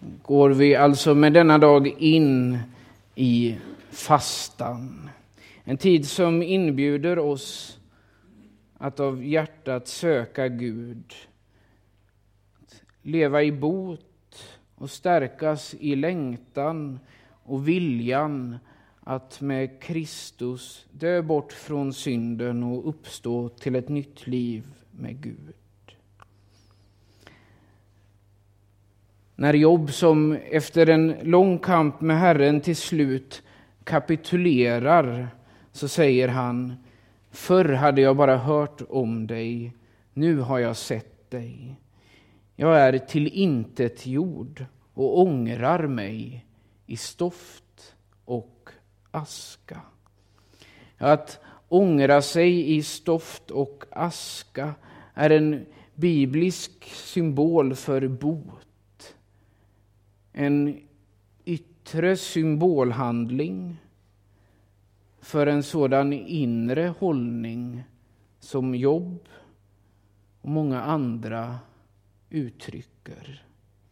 går vi alltså med denna dag in i fastan. En tid som inbjuder oss att av hjärtat söka Gud. Leva i bot och stärkas i längtan och viljan att med Kristus dö bort från synden och uppstå till ett nytt liv med Gud. När Job, som efter en lång kamp med Herren till slut kapitulerar, så säger han: förr hade jag bara hört om dig, nu har jag sett dig. Jag är till intet jord och ångrar mig i stoft och aska. Att ångra sig i stoft och aska är en biblisk symbol för bot. En yttre symbolhandling för en sådan inre hållning som Job och många andra uttrycker.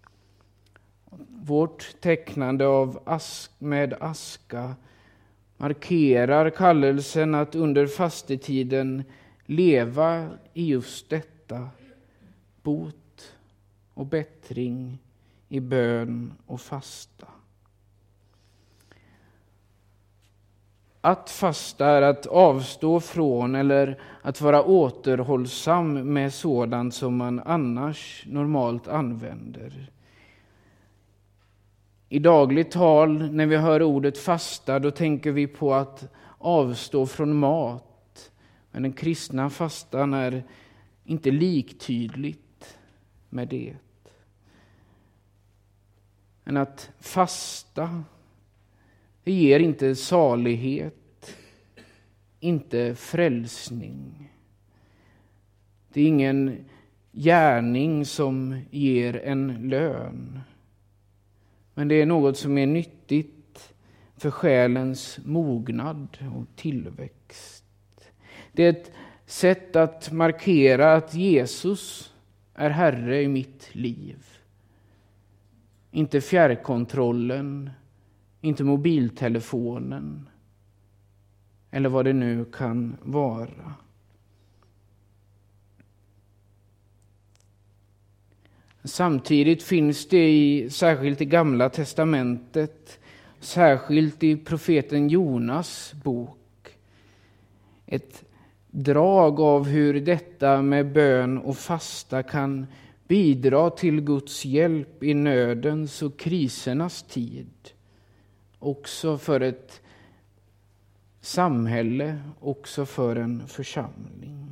Vårt tecknande av med aska markerar kallelsen att under fastetiden leva i just detta, bot och bättring i bön och fasta. Att fasta är att avstå från eller att vara återhållsam med sådant som man annars normalt använder. I dagligt tal, när vi hör ordet fasta, då tänker vi på att avstå från mat. Men den kristna fastan är inte liktydligt med det. Men att fasta, det ger inte salighet, inte frälsning. Det är ingen gärning som ger en lön. Men det är något som är nyttigt för själens mognad och tillväxt. Det är ett sätt att markera att Jesus är Herre i mitt liv. Inte fjärrkontrollen, inte mobiltelefonen eller vad det nu kan vara. Samtidigt finns det särskilt i Gamla testamentet, särskilt i profeten Jonas bok, ett drag av hur detta med bön och fasta kan bidra till Guds hjälp i nödens och krisernas tid. Också för ett samhälle, också för en församling.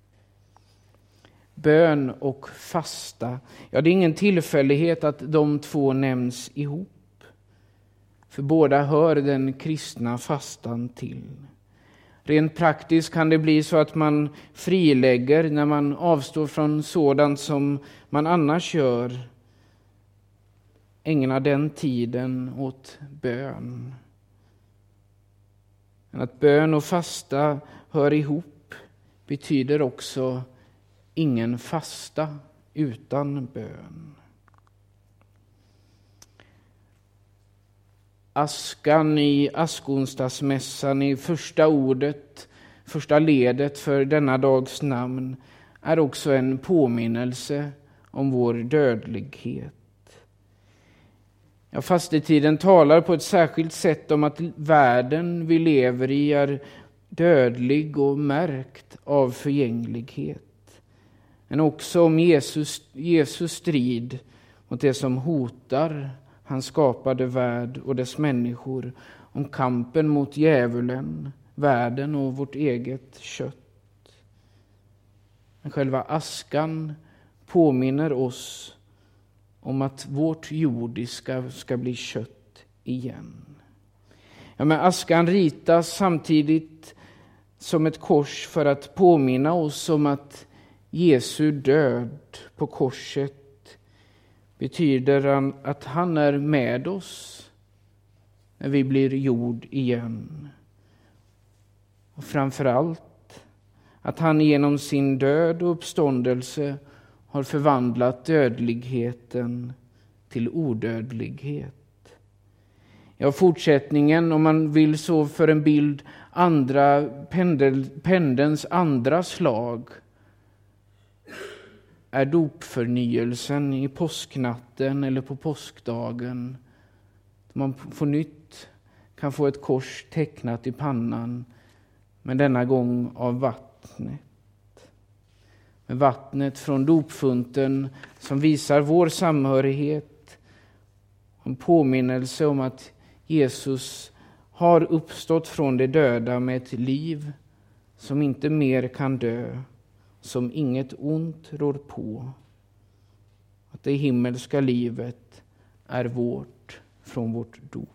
Bön och fasta, ja, det är ingen tillfällighet att de två nämns ihop. För båda hör den kristna fastan till. Rent praktiskt kan det bli så att man frilägger när man avstår från sådant som man annars gör. Ägna den tiden åt bön. Men att bön och fasta hör ihop betyder också ingen fasta utan bön. Askan i askonsdagsmässan i första ordet, första ledet för denna dags namn, är också en påminnelse om vår dödlighet. Ja, fastetiden talar på ett särskilt sätt om att världen vi lever i är dödlig och märkt av förgänglighet. Men också om Jesus strid mot det som hotar hans skapade värld och dess människor, om kampen mot djävulen, världen och vårt eget kött. Men själva askan påminner oss om att vårt jordiska ska bli kött igen. Ja, men askan ritas samtidigt som ett kors för att påminna oss om att Jesu död på korset betyder att han är med oss när vi blir jord igen. Och framförallt att han genom sin död och uppståndelse har förvandlat dödligheten till odödlighet. Ja, fortsättningen, om man vill så för en bild, pendelns andra slag är dopförnyelsen i påsknatten eller på påskdagen. Man på nytt kan få ett kors tecknat i pannan, men denna gång av vattnet. Med vattnet från dopfunten som visar vår samhörighet. En påminnelse om att Jesus har uppstått från de döda med ett liv som inte mer kan dö, som inget ont rår på. Att det himmelska livet är vårt från vårt dop.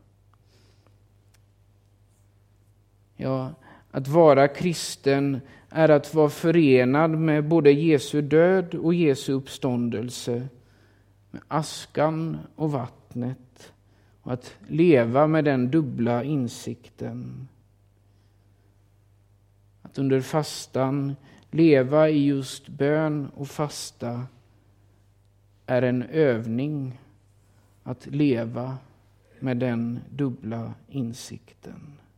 Ja, att vara kristen är att vara förenad med både Jesu död och Jesu uppståndelse, med askan och vattnet, och att leva med den dubbla insikten. Att under fastan leva i just bön och fasta är en övning att leva med den dubbla insikten.